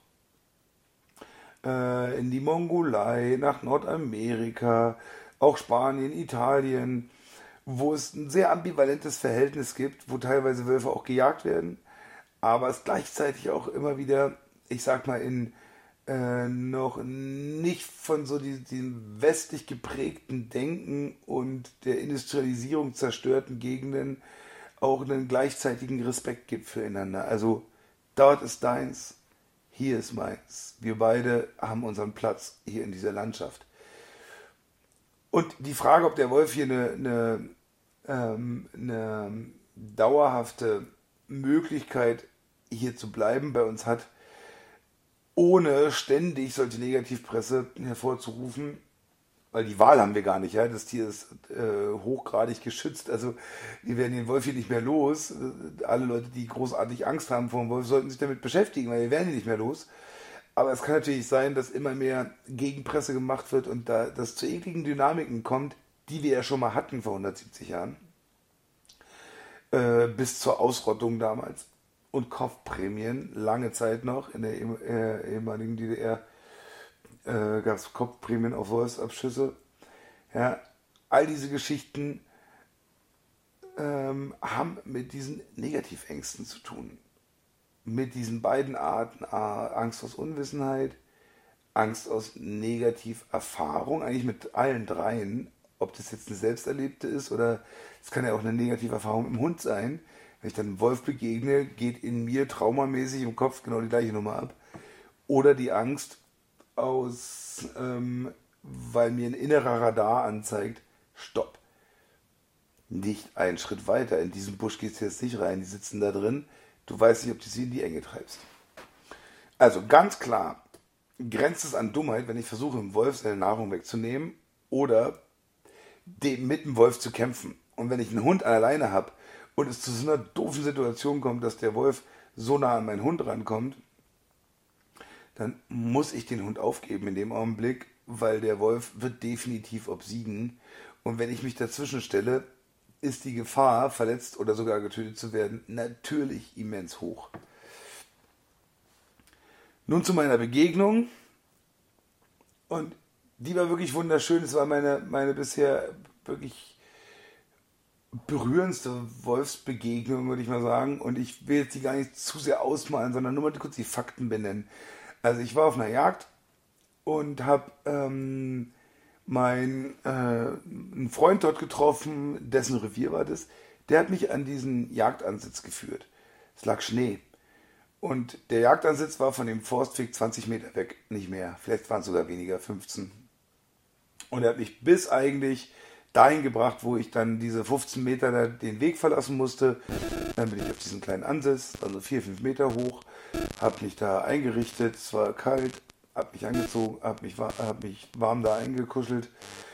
In die Mongolei, nach Nordamerika, auch Spanien, Italien, wo es ein sehr ambivalentes Verhältnis gibt, wo teilweise Wölfe auch gejagt werden, aber es gleichzeitig auch immer wieder, ich sag mal, in noch nicht von so diesem westlich geprägten Denken und der Industrialisierung zerstörten Gegenden auch einen gleichzeitigen Respekt gibt füreinander. Also dort ist deins, hier ist meins. Wir beide haben unseren Platz hier in dieser Landschaft. Und die Frage, ob der Wolf hier eine dauerhafte Möglichkeit hier zu bleiben bei uns hat, ohne ständig solche Negativpresse hervorzurufen, weil die Wahl haben wir gar nicht, ja. Das Tier ist hochgradig geschützt, also wir werden den Wolf hier nicht mehr los. Alle Leute, die großartig Angst haben vor dem Wolf, sollten sich damit beschäftigen, weil wir werden ihn nicht mehr los. Aber es kann natürlich sein, dass immer mehr Gegenpresse gemacht wird und da das zu ekligen Dynamiken kommt, die wir ja schon mal hatten vor 170 Jahren, bis zur Ausrottung damals. Und Kopfprämien, lange Zeit noch, in der ehemaligen DDR gab es Kopfprämien auf Wolfsabschüsse. Ja, all diese Geschichten haben mit diesen Negativängsten zu tun. Mit diesen beiden Arten, Angst aus Unwissenheit, Angst aus Negativerfahrung, eigentlich mit allen dreien, ob das jetzt eine selbsterlebte ist oder es kann ja auch eine Negativerfahrung im Hund sein. Wenn ich dann einem Wolf begegne, geht in mir traumamäßig im Kopf genau die gleiche Nummer ab. Oder die Angst weil mir ein innerer Radar anzeigt, stopp, nicht einen Schritt weiter, in diesen Busch geht es jetzt nicht rein, die sitzen da drin, du weißt nicht, ob du sie in die Enge treibst. Also ganz klar, grenzt es an Dummheit, wenn ich versuche, dem Wolf seine Nahrung wegzunehmen oder mit dem Wolf zu kämpfen. Und wenn ich einen Hund an der Leine habe und es zu so einer doofen Situation kommt, dass der Wolf so nah an meinen Hund rankommt, dann muss ich den Hund aufgeben in dem Augenblick, weil der Wolf wird definitiv obsiegen. Und wenn ich mich dazwischen stelle, ist die Gefahr, verletzt oder sogar getötet zu werden, natürlich immens hoch. Nun zu meiner Begegnung. Und die war wirklich wunderschön. Es war meine bisher wirklich berührendste Wolfsbegegnung, würde ich mal sagen. Und ich will jetzt die gar nicht zu sehr ausmalen, sondern nur mal kurz die Fakten benennen. Also ich war auf einer Jagd und habe einen Freund dort getroffen, dessen Revier war das. Der hat mich an diesen Jagdansitz geführt. Es lag Schnee. Und der Jagdansitz war von dem Forstweg 20 Meter weg, nicht mehr. Vielleicht waren es sogar weniger, 15. Und er hat mich bis eigentlich dahin gebracht, wo ich dann diese 15 Meter den Weg verlassen musste. Dann bin ich auf diesen kleinen Ansitz, also 4-5 Meter hoch, habe mich da eingerichtet, es war kalt, habe mich angezogen, habe mich warm da eingekuschelt,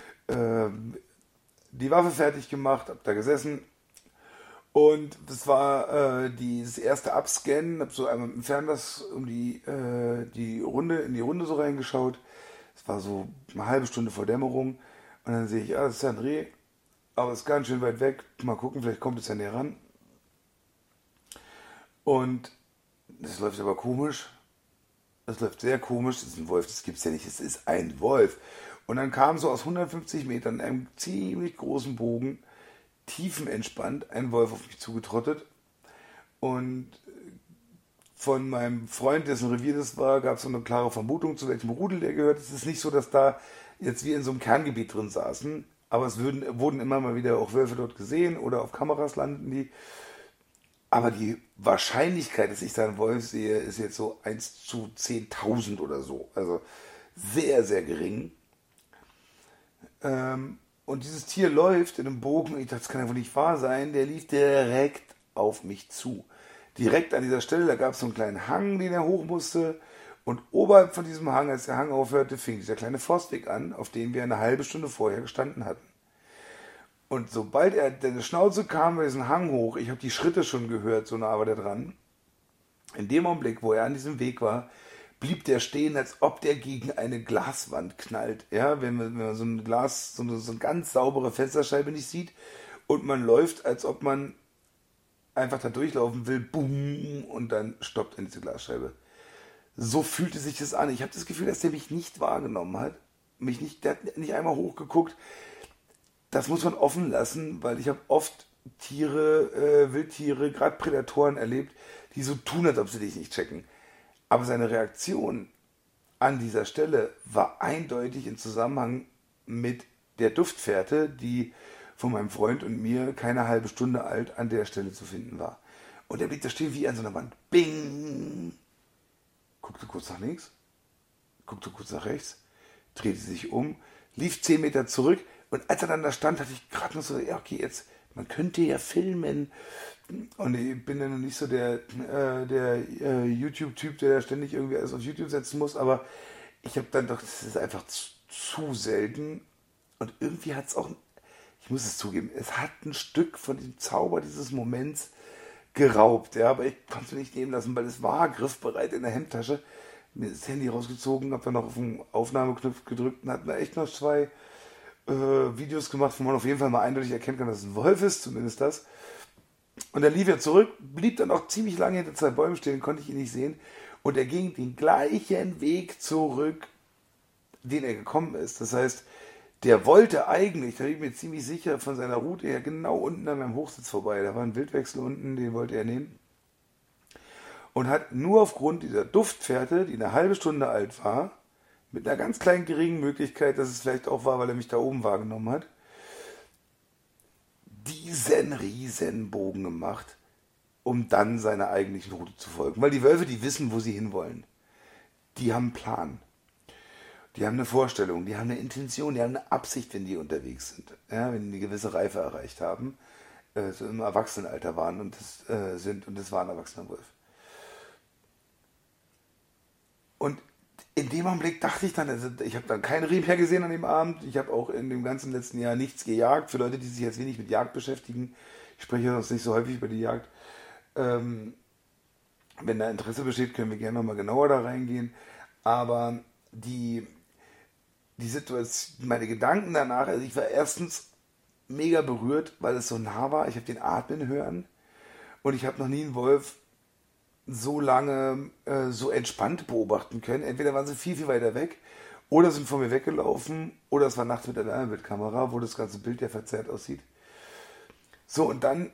die Waffe fertig gemacht, habe da gesessen und das war das erste Abscannen, habe so einmal mit dem Fernglas um in die Runde so reingeschaut. Es war so eine halbe Stunde vor Dämmerung und dann sehe ich, das ist ja ein Reh, aber es ist ganz schön weit weg, mal gucken, vielleicht kommt es ja näher ran. Und das läuft aber komisch. Das läuft sehr komisch. Das ist ein Wolf, das gibt es ja nicht. Es ist ein Wolf. Und dann kam so aus 150 Metern in einem ziemlich großen Bogen, tiefenentspannt, ein Wolf auf mich zugetrottet. Und von meinem Freund, dessen Revier das war, gab es so eine klare Vermutung, zu welchem Rudel der gehört. Es ist nicht so, dass da jetzt wir in so einem Kerngebiet drin saßen, aber es wurden immer mal wieder auch Wölfe dort gesehen oder auf Kameras landen die. Aber die Wahrscheinlichkeit, dass ich da einen Wolf sehe, ist jetzt so 1 zu 10.000 oder so. Also sehr, sehr gering. Und dieses Tier läuft in einem Bogen, ich dachte, das kann einfach nicht wahr sein, der lief direkt auf mich zu. Direkt an dieser Stelle, da gab es so einen kleinen Hang, den er hoch musste. Und oberhalb von diesem Hang, als der Hang aufhörte, fing dieser kleine Forstweg an, auf dem wir eine halbe Stunde vorher gestanden hatten. Und sobald er deine Schnauze kam, bei diesem Hang hoch, ich habe die Schritte schon gehört, so nah war der dran. In dem Augenblick, wo er an diesem Weg war, blieb der stehen, als ob der gegen eine Glaswand knallt. Ja, wenn man so ein Glas, so eine ganz saubere Fensterscheibe nicht sieht und man läuft, als ob man einfach da durchlaufen will, boom, und dann stoppt in diese Glasscheibe. So fühlte sich das an. Ich habe das Gefühl, dass der mich nicht wahrgenommen hat. Der hat nicht einmal hochgeguckt. Das muss man offen lassen, weil ich habe oft Tiere, Wildtiere, gerade Prädatoren erlebt, die so tun, als ob sie dich nicht checken. Aber seine Reaktion an dieser Stelle war eindeutig im Zusammenhang mit der Duftfährte, die von meinem Freund und mir keine halbe Stunde alt an der Stelle zu finden war. Und er blieb da stehen wie an so einer Wand. Bing! Guckte kurz nach links, guckte kurz nach rechts, drehte sich um, lief 10 Meter zurück und als er dann da stand, hatte ich gerade noch so, ja okay, jetzt, man könnte ja filmen. Und ich bin ja noch nicht so der YouTube-Typ, der da ständig irgendwie alles auf YouTube setzen muss, aber ich habe dann doch, das ist einfach zu selten und irgendwie hat es auch, ich muss es zugeben, es hat ein Stück von dem Zauber dieses Moments geraubt, ja, aber ich konnte es nicht nehmen lassen, weil es war griffbereit in der Hemdtasche, mir das Handy rausgezogen, habe dann noch auf den Aufnahmeknopf gedrückt und hatten da echt noch 2 Videos gemacht, wo man auf jeden Fall mal eindeutig erkennen kann, dass es ein Wolf ist, zumindest das. Und dann lief er zurück, blieb dann auch ziemlich lange hinter 2 Bäumen stehen, konnte ich ihn nicht sehen. Und er ging den gleichen Weg zurück, den er gekommen ist. Das heißt, der wollte eigentlich, da bin ich mir ziemlich sicher, von seiner Route her genau unten an meinem Hochsitz vorbei. Da war ein Wildwechsel unten, den wollte er nehmen. Und hat nur aufgrund dieser Duftfährte, die eine halbe Stunde alt war, mit einer ganz kleinen geringen Möglichkeit, dass es vielleicht auch war, weil er mich da oben wahrgenommen hat, diesen riesen Bogen gemacht, um dann seiner eigentlichen Route zu folgen. Weil die Wölfe, die wissen, wo sie hinwollen. Die haben einen Plan. Die haben eine Vorstellung, die haben eine Intention, die haben eine Absicht, wenn die unterwegs sind. Ja, wenn die eine gewisse Reife erreicht haben, so im Erwachsenenalter waren und das war ein erwachsener Wolf. Und in dem Augenblick dachte ich dann, also ich habe dann keinen Reh mehr gesehen an dem Abend. Ich habe auch in dem ganzen letzten Jahr nichts gejagt. Für Leute, die sich jetzt wenig mit Jagd beschäftigen, ich spreche sonst nicht so häufig über die Jagd. Wenn da Interesse besteht, können wir gerne nochmal genauer da reingehen. Aber die Situation, meine Gedanken danach, also ich war erstens mega berührt, weil es so nah war. Ich habe den atmen hören und ich habe noch nie einen Wolf so lange so entspannt beobachten können. Entweder waren sie viel, viel weiter weg oder sind von mir weggelaufen oder es war nachts mit einer Bildkamera, wo das ganze Bild ja verzerrt aussieht. So, und dann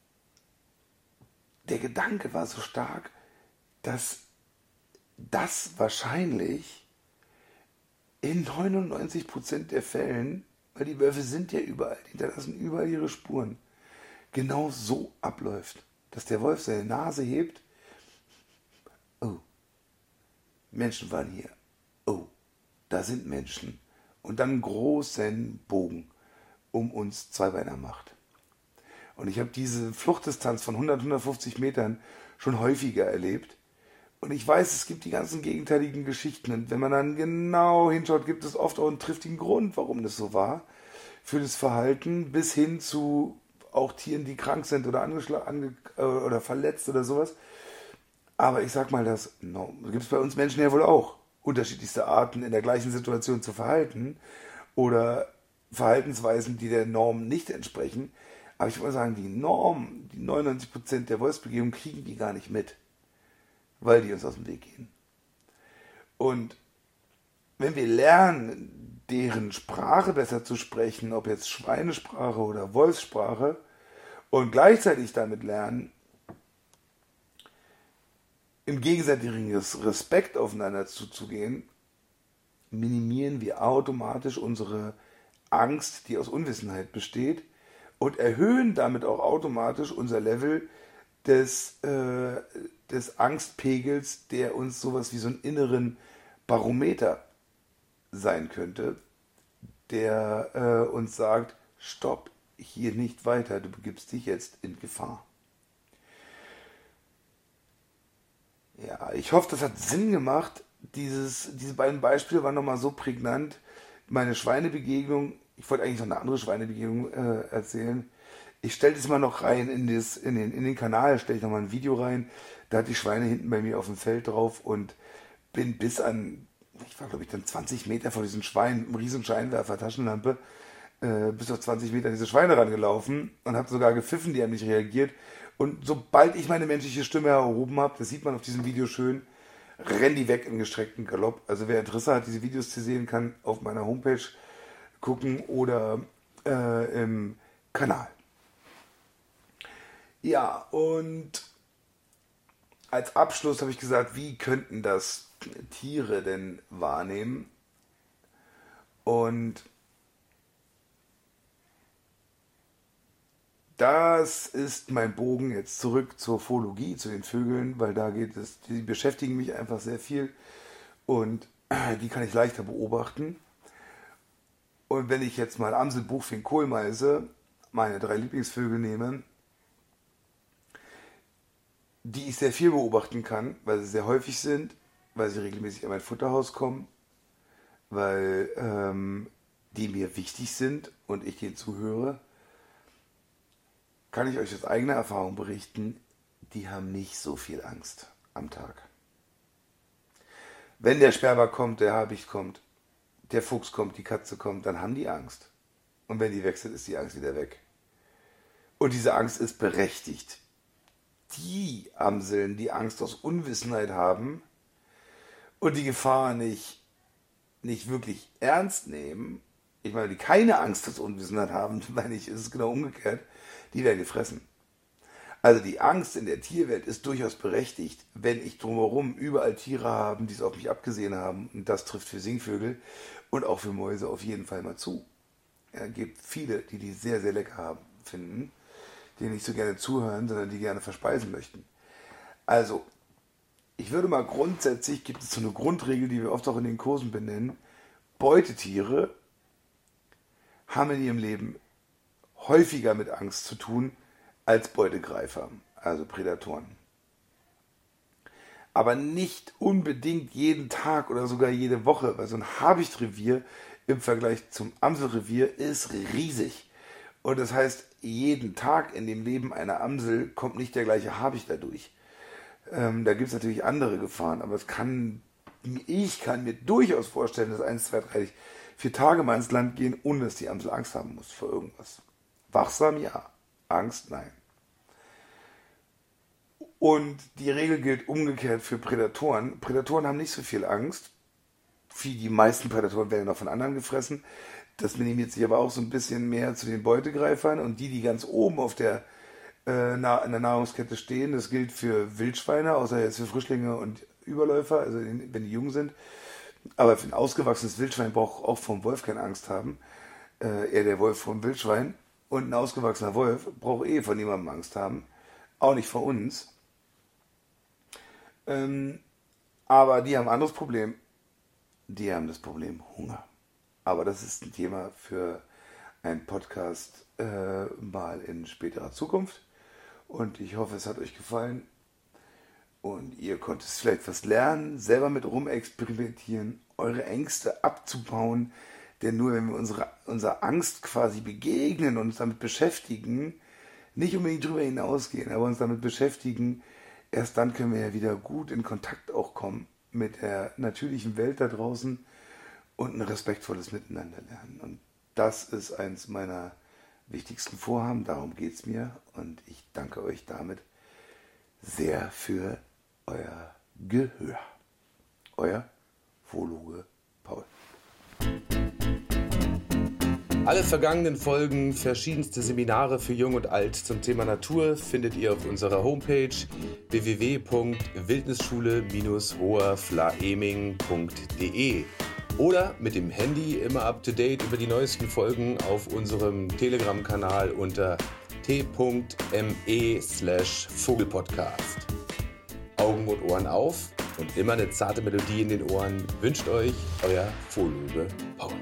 der Gedanke war so stark, dass das wahrscheinlich in 99% der Fällen, weil die Wölfe sind ja überall, die hinterlassen überall ihre Spuren, genau so abläuft. Dass der Wolf seine Nase hebt, oh, Menschen waren hier. Oh, da sind Menschen. Und dann einen großen Bogen um uns Zweibeiner macht. Und ich habe diese Fluchtdistanz von 150 Metern schon häufiger erlebt. Und ich weiß, es gibt die ganzen gegenteiligen Geschichten. Und wenn man dann genau hinschaut, gibt es oft auch einen triftigen Grund, warum das so war. Für das Verhalten bis hin zu auch Tieren, die krank sind oder oder verletzt oder sowas. Aber ich sag mal, das gibt es bei uns Menschen ja wohl auch. Unterschiedlichste Arten in der gleichen Situation zu verhalten oder Verhaltensweisen, die der Norm nicht entsprechen. Aber ich würde sagen, die Norm, die 99% der Wolfsbegehung kriegen die gar nicht mit, weil die uns aus dem Weg gehen. Und wenn wir lernen, deren Sprache besser zu sprechen, ob jetzt Schweinesprache oder Wolfssprache, und gleichzeitig damit lernen, im gegenseitigen Respekt aufeinander zuzugehen, minimieren wir automatisch unsere Angst, die aus Unwissenheit besteht, und erhöhen damit auch automatisch unser Level des Angstpegels, der uns sowas wie so einen inneren Barometer sein könnte, der uns sagt, stopp, hier nicht weiter, du begibst dich jetzt in Gefahr. Ja, ich hoffe, das hat Sinn gemacht. Diese beiden Beispiele waren nochmal so prägnant. Meine Schweinebegegnung, ich wollte eigentlich noch eine andere Schweinebegegnung erzählen. Ich stelle das mal noch rein in den Kanal, stelle ich nochmal ein Video rein. Da hat die Schweine hinten bei mir auf dem Feld drauf und bin ich war glaube ich dann 20 Meter vor diesen Schweinen, einem riesen Scheinwerfer, Taschenlampe, bis auf 20 Meter an diese Schweine rangelaufen und habe sogar gepfiffen, die haben nicht reagiert. Und sobald ich meine menschliche Stimme erhoben habe, das sieht man auf diesem Video schön, rennen die weg im gestreckten Galopp. Also wer Interesse hat, diese Videos zu sehen, kann auf meiner Homepage gucken oder im Kanal. Ja, und als Abschluss habe ich gesagt, wie könnten das Tiere denn wahrnehmen? Und das ist mein Bogen jetzt zurück zur Phologie, zu den Vögeln, weil da geht es, die beschäftigen mich einfach sehr viel und die kann ich leichter beobachten. Und wenn ich jetzt mal Amsel, Buchfink, Kohlmeise, meine 3 Lieblingsvögel nehme, die ich sehr viel beobachten kann, weil sie sehr häufig sind, weil sie regelmäßig an mein Futterhaus kommen, weil die mir wichtig sind und ich denen zuhöre, kann ich euch aus eigener Erfahrung berichten, die haben nicht so viel Angst am Tag. Wenn der Sperber kommt, der Habicht kommt, der Fuchs kommt, die Katze kommt, dann haben die Angst. Und wenn die wechselt, ist die Angst wieder weg. Und diese Angst ist berechtigt. Die Amseln, die Angst aus Unwissenheit haben und die Gefahr nicht wirklich ernst nehmen, ich meine, die keine Angst aus Unwissenheit haben, meine ich, ist es genau umgekehrt, die werden gefressen. Also die Angst in der Tierwelt ist durchaus berechtigt, wenn ich drumherum überall Tiere habe, die es auf mich abgesehen haben. Und das trifft für Singvögel und auch für Mäuse auf jeden Fall mal zu. Ja, es gibt viele, die sehr, sehr lecker finden, die nicht so gerne zuhören, sondern die gerne verspeisen möchten. Also, ich würde mal grundsätzlich, gibt es so eine Grundregel, die wir oft auch in den Kursen benennen, Beutetiere haben in ihrem Leben häufiger mit Angst zu tun als Beutegreifer, also Prädatoren. Aber nicht unbedingt jeden Tag oder sogar jede Woche, weil so ein Habichtrevier im Vergleich zum Amselrevier ist riesig. Und das heißt, jeden Tag in dem Leben einer Amsel kommt nicht der gleiche Habicht dadurch. Da gibt es natürlich andere Gefahren, aber ich kann mir durchaus vorstellen, dass 1, 2, 3, 4 Tage mal ins Land gehen, ohne dass die Amsel Angst haben muss vor irgendwas. Wachsam, ja. Angst, nein. Und die Regel gilt umgekehrt für Prädatoren. Prädatoren haben nicht so viel Angst. Wie die meisten Prädatoren werden noch von anderen gefressen. Das minimiert sich aber auch so ein bisschen mehr zu den Beutegreifern. Und die ganz oben auf der in der Nahrungskette stehen, das gilt für Wildschweine, außer jetzt für Frischlinge und Überläufer, also wenn die jung sind. Aber für ein ausgewachsenes Wildschwein braucht auch vom Wolf keine Angst haben. Eher der Wolf vom Wildschwein. Und ein ausgewachsener Wolf braucht von niemandem Angst haben. Auch nicht vor uns. Aber die haben ein anderes Problem. Die haben das Problem Hunger. Aber das ist ein Thema für einen Podcast mal in späterer Zukunft. Und ich hoffe, es hat euch gefallen. Und ihr konntet vielleicht was lernen, selber mit rumexperimentieren, eure Ängste abzubauen. Denn nur wenn wir unserer Angst quasi begegnen und uns damit beschäftigen, nicht unbedingt drüber hinausgehen, aber uns damit beschäftigen, erst dann können wir ja wieder gut in Kontakt auch kommen mit der natürlichen Welt da draußen und ein respektvolles Miteinander lernen. Und das ist eins meiner wichtigsten Vorhaben, darum geht es mir. Und ich danke euch damit sehr für euer Gehör. Euer Phologe Paul. Alle vergangenen Folgen, verschiedenste Seminare für Jung und Alt zum Thema Natur findet ihr auf unserer Homepage www.wildnisschule-hoherflaeming.de oder mit dem Handy immer up to date über die neuesten Folgen auf unserem Telegram-Kanal unter t.me/Vogelpodcast. Augen und Ohren auf und immer eine zarte Melodie in den Ohren wünscht euch euer Phologe Paul.